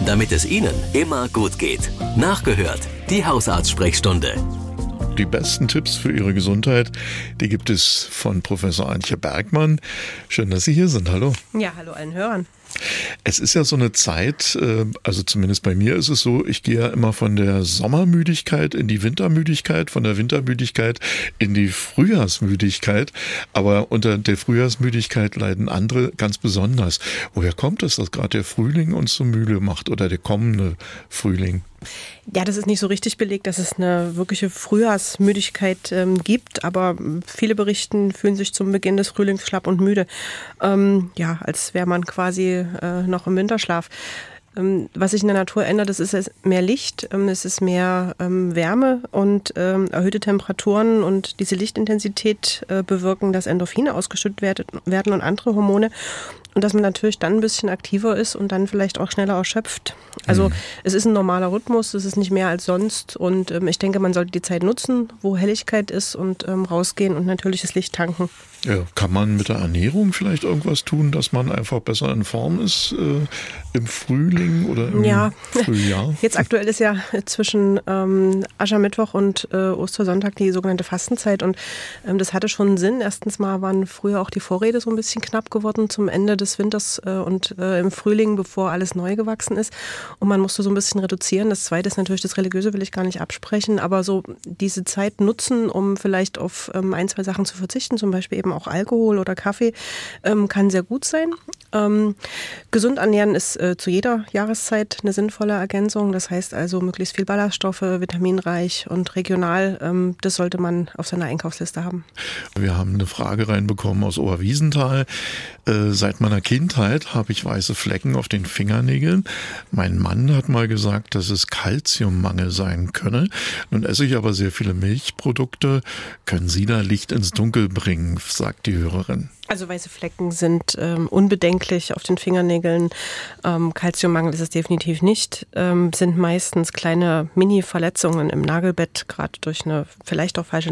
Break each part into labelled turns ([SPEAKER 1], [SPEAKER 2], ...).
[SPEAKER 1] damit es Ihnen immer gut geht. Nachgehört, die Hausarzt-Sprechstunde.
[SPEAKER 2] Die besten Tipps für Ihre Gesundheit, die gibt es von Professor Antje Bergmann. Schön, dass Sie hier sind. Hallo.
[SPEAKER 3] Ja, hallo allen Hörern.
[SPEAKER 2] Es ist ja so eine Zeit, also zumindest bei mir ist es so, ich gehe ja immer von der Sommermüdigkeit in die Wintermüdigkeit, von der Wintermüdigkeit in die Frühjahrsmüdigkeit. Aber unter der Frühjahrsmüdigkeit leiden andere ganz besonders. Woher kommt es, dass gerade der Frühling uns so müde macht oder der kommende Frühling?
[SPEAKER 3] Ja, das ist nicht so richtig belegt, dass es eine wirkliche Frühjahrsmüdigkeit gibt, aber viele berichten, fühlen sich zum Beginn des Frühlings schlapp und müde. Als wäre man quasi noch im Winterschlaf. Was sich in der Natur ändert, das ist mehr Licht, es ist mehr Wärme und erhöhte Temperaturen und diese Lichtintensität bewirken, dass Endorphine ausgeschüttet werden und andere Hormone und dass man natürlich dann ein bisschen aktiver ist und dann vielleicht auch schneller erschöpft. Also es ist ein normaler Rhythmus, es ist nicht mehr als sonst und ich denke, man sollte die Zeit nutzen, wo Helligkeit ist und rausgehen und natürliches Licht tanken.
[SPEAKER 2] Ja, kann man mit der Ernährung vielleicht irgendwas tun, dass man einfach besser in Form ist im Frühling oder im Frühjahr?
[SPEAKER 3] Jetzt aktuell ist ja zwischen Aschermittwoch und Ostersonntag die sogenannte Fastenzeit und das hatte schon einen Sinn. Erstens mal waren früher auch die Vorräte so ein bisschen knapp geworden zum Ende des Winters und im Frühling, bevor alles neu gewachsen ist und man musste so ein bisschen reduzieren. Das Zweite ist natürlich, das Religiöse will ich gar nicht absprechen, aber so diese Zeit nutzen, um vielleicht auf ein, zwei Sachen zu verzichten, zum Beispiel eben auch Alkohol oder Kaffee, kann sehr gut sein. Gesund ernähren ist zu jeder Jahreszeit eine sinnvolle Ergänzung. Das heißt also möglichst viel Ballaststoffe, vitaminreich und regional. Das sollte man auf seiner Einkaufsliste haben.
[SPEAKER 2] Wir haben eine Frage reinbekommen aus Oberwiesenthal. Seit meiner Kindheit habe ich weiße Flecken auf den Fingernägeln. Mein Mann hat mal gesagt, dass es Kalziummangel sein könne. Nun esse ich aber sehr viele Milchprodukte. Können Sie da Licht ins Dunkel bringen, sagt die Hörerin.
[SPEAKER 3] Also weiße Flecken sind unbedenklich auf den Fingernägeln. Kalziummangel ist es definitiv nicht. Sind meistens kleine Mini-Verletzungen im Nagelbett, gerade durch eine vielleicht auch falsche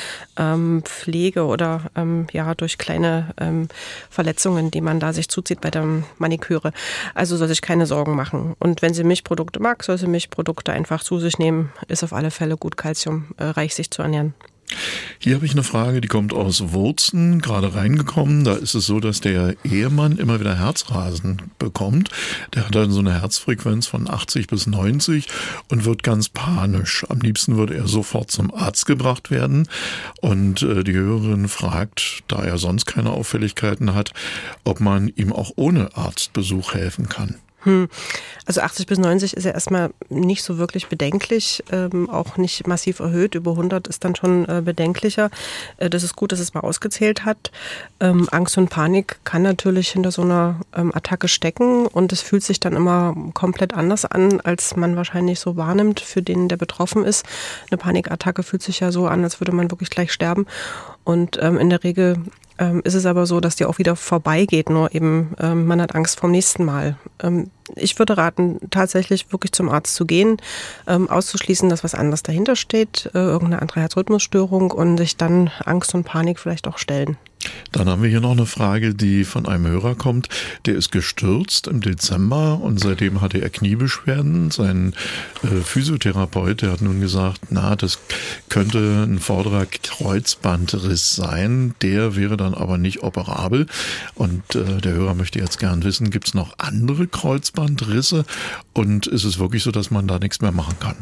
[SPEAKER 3] Nagelpflege oder durch kleine Verletzungen, die man da sich zuzieht bei der Maniküre. Also soll sich keine Sorgen machen. Und wenn sie Milchprodukte mag, soll sie Milchprodukte einfach zu sich nehmen. Ist auf alle Fälle gut kalziumreich sich zu ernähren.
[SPEAKER 2] Hier habe ich eine Frage, die kommt aus Wurzen, gerade reingekommen. Da ist es so, dass der Ehemann immer wieder Herzrasen bekommt. Der hat dann so eine Herzfrequenz von 80 bis 90 und wird ganz panisch. Am liebsten würde er sofort zum Arzt gebracht werden. Und die Hörerin fragt, da er sonst keine Auffälligkeiten hat, ob man ihm auch ohne Arztbesuch helfen kann.
[SPEAKER 3] Also 80 bis 90 ist ja erstmal nicht so wirklich bedenklich, auch nicht massiv erhöht. Über 100 ist dann schon bedenklicher. Das ist gut, dass es mal ausgezählt hat. Angst und Panik kann natürlich hinter so einer Attacke stecken und es fühlt sich dann immer komplett anders an, als man wahrscheinlich so wahrnimmt, für den der betroffen ist. Eine Panikattacke fühlt sich ja so an, als würde man wirklich gleich sterben und in der Regel ist es aber so, dass die auch wieder vorbeigeht, nur eben man hat Angst vorm nächsten Mal. Ich würde raten, tatsächlich wirklich zum Arzt zu gehen, auszuschließen, dass was anderes dahinter steht, irgendeine andere Herzrhythmusstörung und sich dann Angst und Panik vielleicht auch stellen.
[SPEAKER 2] Dann haben wir hier noch eine Frage, die von einem Hörer kommt. Der ist gestürzt im Dezember und seitdem hatte er Kniebeschwerden. Sein Physiotherapeut, der hat nun gesagt, das könnte ein vorderer Kreuzbandriss sein. Der wäre dann aber nicht operabel. Und der Hörer möchte jetzt gern wissen, gibt es noch andere Kreuzbandrisse? Und ist es wirklich so, dass man da nichts mehr machen kann?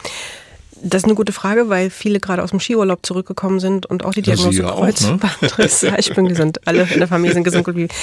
[SPEAKER 3] Das ist eine gute Frage, weil viele gerade aus dem Skiurlaub zurückgekommen sind und auch die Diagnose Kreuzbandriss. Ja, ich bin gesund. Alle in der Familie sind gesund geblieben.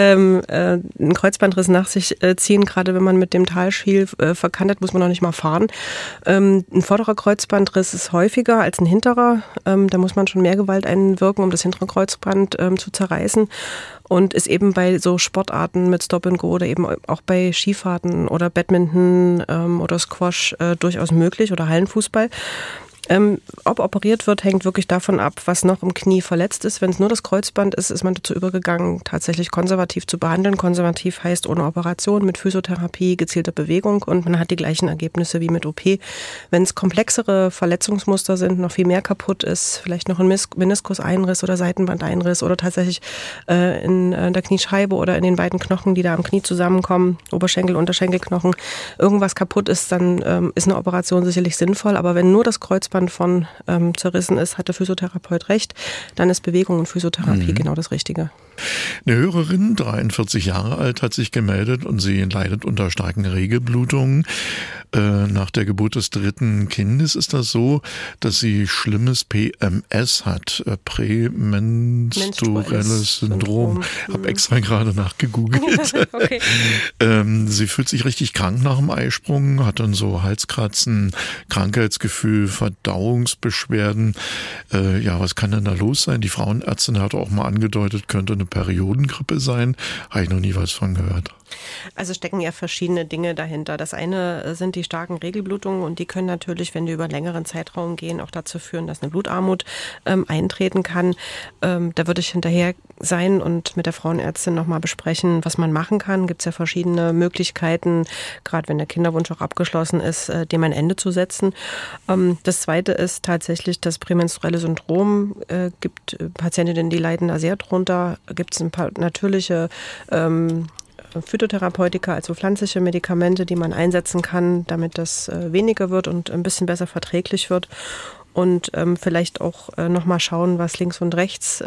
[SPEAKER 3] Ein Kreuzbandriss nach sich ziehen, gerade wenn man mit dem Talschiel verkantet, muss man noch nicht mal fahren. Ein vorderer Kreuzbandriss ist häufiger als ein hinterer. Da muss man schon mehr Gewalt einwirken, um das hintere Kreuzband zu zerreißen. Und ist eben bei so Sportarten mit Stop and Go oder eben auch bei Skifahrten oder Badminton oder Squash durchaus möglich oder Hallenfußball. Ob operiert wird, hängt wirklich davon ab, was noch im Knie verletzt ist. Wenn es nur das Kreuzband ist, ist man dazu übergegangen, tatsächlich konservativ zu behandeln. Konservativ heißt ohne Operation, mit Physiotherapie, gezielter Bewegung und man hat die gleichen Ergebnisse wie mit OP. Wenn es komplexere Verletzungsmuster sind, noch viel mehr kaputt ist, vielleicht noch ein Meniskuseinriss oder Seitenbandeinriss oder tatsächlich in der Kniescheibe oder in den beiden Knochen, die da am Knie zusammenkommen, Oberschenkel, Unterschenkelknochen, irgendwas kaputt ist, dann ist eine Operation sicherlich sinnvoll. Aber wenn nur das Kreuzband von zerrissen ist, hat der Physiotherapeut recht, dann ist Bewegung und Physiotherapie genau das Richtige.
[SPEAKER 2] Eine Hörerin, 43 Jahre alt, hat sich gemeldet und sie leidet unter starken Regelblutungen. Nach der Geburt des 3. Kindes ist das so, dass sie schlimmes PMS hat, prämenstruelles Syndrom. Habe extra gerade nachgegoogelt.
[SPEAKER 3] Okay.
[SPEAKER 2] Sie fühlt sich richtig krank nach dem Eisprung, hat dann so Halskratzen, Krankheitsgefühl, Verdauungsbeschwerden. Ja, was kann denn da los sein? Die Frauenärztin hat auch mal angedeutet, könnte eine Periodengrippe sein. Habe ich noch nie was von gehört.
[SPEAKER 3] Also stecken ja verschiedene Dinge dahinter. Das eine sind die starken Regelblutungen und die können natürlich, wenn die über einen längeren Zeitraum gehen, auch dazu führen, dass eine Blutarmut eintreten kann. Da würde ich hinterher sein und mit der Frauenärztin nochmal besprechen, was man machen kann. Gibt es ja verschiedene Möglichkeiten, gerade wenn der Kinderwunsch auch abgeschlossen ist, dem ein Ende zu setzen. Das zweite ist tatsächlich das prämenstruelle Syndrom. Gibt Patientinnen, die leiden da sehr drunter. Gibt es ein paar natürliche Phytotherapeutika, also pflanzliche Medikamente, die man einsetzen kann, damit das weniger wird und ein bisschen besser verträglich wird. Und vielleicht auch nochmal schauen, was links und rechts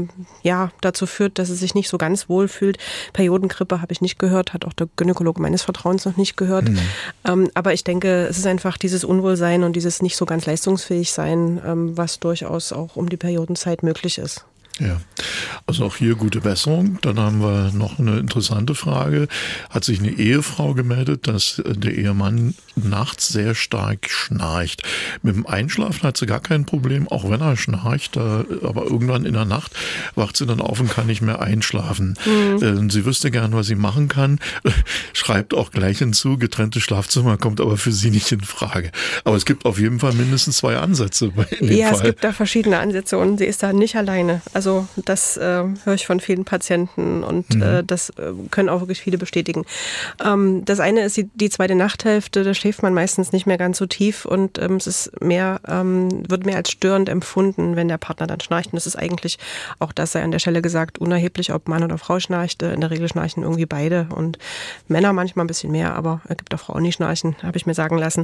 [SPEAKER 3] dazu führt, dass es sich nicht so ganz wohl fühlt. Periodengrippe habe ich nicht gehört, hat auch der Gynäkologe meines Vertrauens noch nicht gehört. Aber ich denke, es ist einfach dieses Unwohlsein und dieses nicht so ganz leistungsfähig sein, was durchaus auch um die Periodenzeit möglich ist.
[SPEAKER 2] Ja, also auch hier gute Besserung. Dann haben wir noch eine interessante Frage. Hat sich eine Ehefrau gemeldet, dass der Ehemann nachts sehr stark schnarcht. Mit dem Einschlafen hat sie gar kein Problem, auch wenn er schnarcht. Aber irgendwann in der Nacht wacht sie dann auf und kann nicht mehr einschlafen. Sie wüsste gern, was sie machen kann. Schreibt auch gleich hinzu, getrenntes Schlafzimmer kommt aber für sie nicht in Frage. Aber es gibt auf jeden Fall mindestens 2 Ansätze in dem Fall.
[SPEAKER 3] Es gibt da verschiedene Ansätze und sie ist da nicht alleine. Also das höre ich von vielen Patienten und das können auch wirklich viele bestätigen. Das eine ist die zweite Nachthälfte, da schläft man meistens nicht mehr ganz so tief und es ist wird mehr als störend empfunden, wenn der Partner dann schnarcht. Und es ist eigentlich, auch das sei an der Stelle gesagt, unerheblich, ob Mann oder Frau schnarcht. In der Regel schnarchen irgendwie beide und Männer manchmal ein bisschen mehr, aber es gibt auch Frauen, die schnarchen, habe ich mir sagen lassen.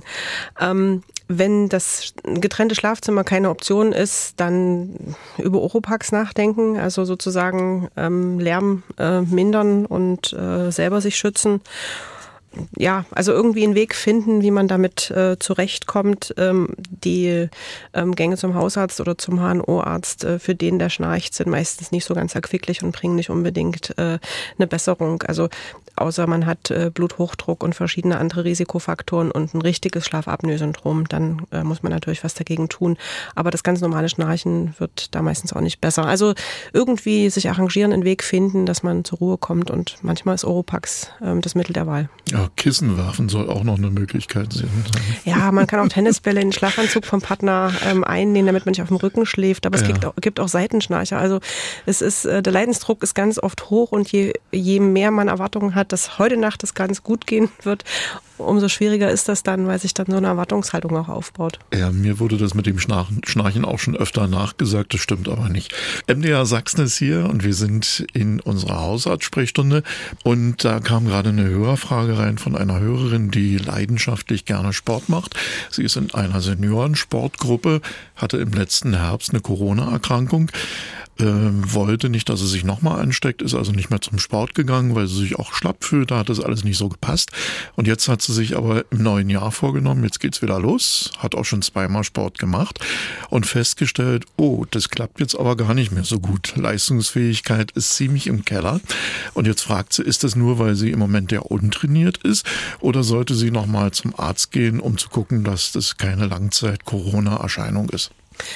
[SPEAKER 3] Wenn das getrennte Schlafzimmer keine Option ist, dann über Oropax nachdenken, also sozusagen Lärm mindern und selber sich schützen. Ja, also irgendwie einen Weg finden, wie man damit zurechtkommt. Die Gänge zum Hausarzt oder zum HNO-Arzt, für den der schnarcht, sind meistens nicht so ganz erquicklich und bringen nicht unbedingt eine Besserung. Also außer man hat Bluthochdruck und verschiedene andere Risikofaktoren und ein richtiges Schlafapnoe-Syndrom, dann muss man natürlich was dagegen tun. Aber das ganz normale Schnarchen wird da meistens auch nicht besser. Also irgendwie sich arrangieren, einen Weg finden, dass man zur Ruhe kommt und manchmal ist Oropax das Mittel der Wahl.
[SPEAKER 2] Ja, Kissen werfen soll auch noch eine Möglichkeit sein.
[SPEAKER 3] Ja, man kann auch Tennisbälle in den Schlafanzug vom Partner einnehmen, damit man nicht auf dem Rücken schläft. Aber es gibt auch Seitenschnarcher. Also es ist der Leidensdruck ist ganz oft hoch und je mehr man Erwartungen hat, dass heute Nacht das ganz gut gehen wird, umso schwieriger ist das dann, weil sich dann so eine Erwartungshaltung auch aufbaut.
[SPEAKER 2] Ja, mir wurde das mit dem Schnarchen auch schon öfter nachgesagt, das stimmt aber nicht. MDR Sachsen ist hier und wir sind in unserer Hausarztsprechstunde und da kam gerade eine Hörerfrage rein von einer Hörerin, die leidenschaftlich gerne Sport macht. Sie ist in einer Seniorensportgruppe, hatte im letzten Herbst eine Corona-Erkrankung. Wollte nicht, dass sie sich nochmal ansteckt, ist also nicht mehr zum Sport gegangen, weil sie sich auch schlapp fühlt, da hat das alles nicht so gepasst. Und jetzt hat sie sich aber im neuen Jahr vorgenommen, jetzt geht's wieder los, hat auch schon 2-mal Sport gemacht und festgestellt, oh, das klappt jetzt aber gar nicht mehr so gut. Leistungsfähigkeit ist ziemlich im Keller. Und jetzt fragt sie, ist das nur, weil sie im Moment ja untrainiert ist oder sollte sie nochmal zum Arzt gehen, um zu gucken, dass das keine Langzeit-Corona-Erscheinung ist?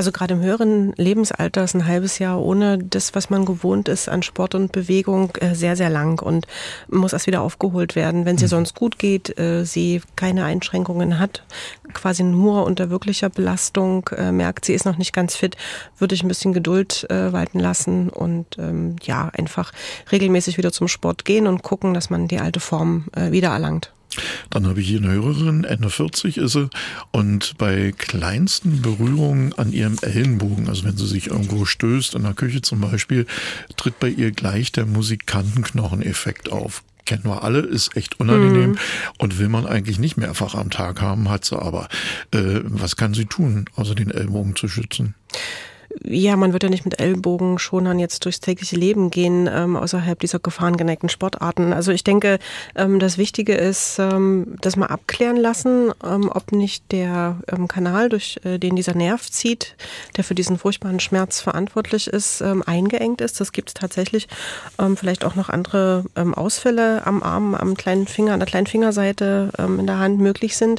[SPEAKER 3] Also gerade im höheren Lebensalter ist ein halbes Jahr ohne das, was man gewohnt ist an Sport und Bewegung, sehr, sehr lang und muss erst wieder aufgeholt werden. Wenn es ihr sonst gut geht, sie keine Einschränkungen hat, quasi nur unter wirklicher Belastung merkt, sie ist noch nicht ganz fit, würde ich ein bisschen Geduld walten lassen und einfach regelmäßig wieder zum Sport gehen und gucken, dass man die alte Form wiedererlangt.
[SPEAKER 2] Dann habe ich hier eine Hörerin, Ende 40 ist sie, und bei kleinsten Berührungen an ihrem Ellenbogen, also wenn sie sich irgendwo stößt, in der Küche zum Beispiel, tritt bei ihr gleich der Musikantenknocheneffekt auf. Kennen wir alle, ist echt unangenehm und will man eigentlich nicht mehrfach am Tag haben, hat sie aber. Was kann sie tun, außer den Ellbogen zu schützen?
[SPEAKER 3] Ja, man wird ja nicht mit Ellbogenschonern jetzt durchs tägliche Leben gehen, außerhalb dieser gefahrengeneigten Sportarten. Also ich denke, das Wichtige ist, das mal abklären lassen, ob nicht der Kanal, durch den dieser Nerv zieht, der für diesen furchtbaren Schmerz verantwortlich ist, eingeengt ist. Das gibt es tatsächlich. Vielleicht auch noch andere Ausfälle am Arm, am kleinen Finger, an der kleinen Fingerseite in der Hand möglich sind.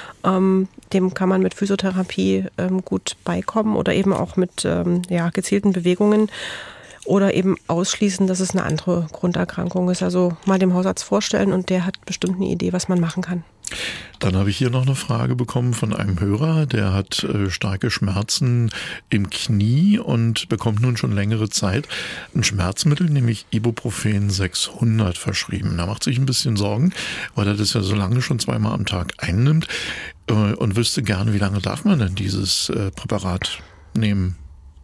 [SPEAKER 3] Dem kann man mit Physiotherapie gut beikommen oder eben auch mit gezielten Bewegungen oder eben ausschließen, dass es eine andere Grunderkrankung ist. Also mal dem Hausarzt vorstellen und der hat bestimmt eine Idee, was man machen kann.
[SPEAKER 2] Dann habe ich hier noch eine Frage bekommen von einem Hörer, der hat starke Schmerzen im Knie und bekommt nun schon längere Zeit ein Schmerzmittel, nämlich Ibuprofen 600 verschrieben. Da macht sich ein bisschen Sorgen, weil er das ja so lange schon 2-mal am Tag einnimmt und wüsste gerne, wie lange darf man denn dieses Präparat nehmen?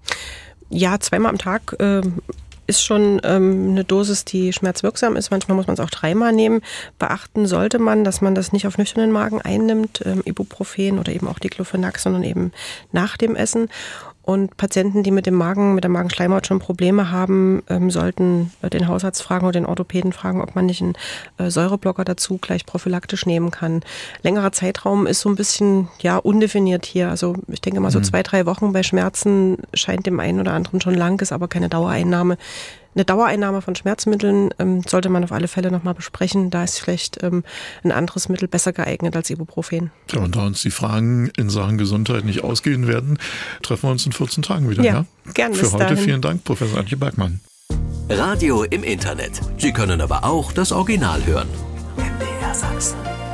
[SPEAKER 3] Ja, 2-mal am Tag ist schon eine Dosis, die schmerzwirksam ist. Manchmal muss man es auch 3-mal nehmen. Beachten sollte man, dass man das nicht auf nüchternen Magen einnimmt, Ibuprofen oder eben auch Diclofenac, sondern eben nach dem Essen. Und Patienten, die mit der Magenschleimhaut schon Probleme haben, sollten den Hausarzt fragen oder den Orthopäden fragen, ob man nicht einen Säureblocker dazu gleich prophylaktisch nehmen kann. Längerer Zeitraum ist so ein bisschen undefiniert hier. Also ich denke mal so 2-3 Wochen bei Schmerzen scheint dem einen oder anderen schon lang, ist aber keine Dauereinnahme. Eine Dauereinnahme von Schmerzmitteln sollte man auf alle Fälle nochmal besprechen. Da ist vielleicht ein anderes Mittel besser geeignet als Ibuprofen.
[SPEAKER 2] Ja, und da uns die Fragen in Sachen Gesundheit nicht ausgehen werden, treffen wir uns in 14 Tagen wieder. Ja,
[SPEAKER 3] gerne.
[SPEAKER 2] Für heute vielen Dank, Professor Antje Bergmann.
[SPEAKER 1] Radio im Internet. Sie können aber auch das Original hören. MDR Sachsen.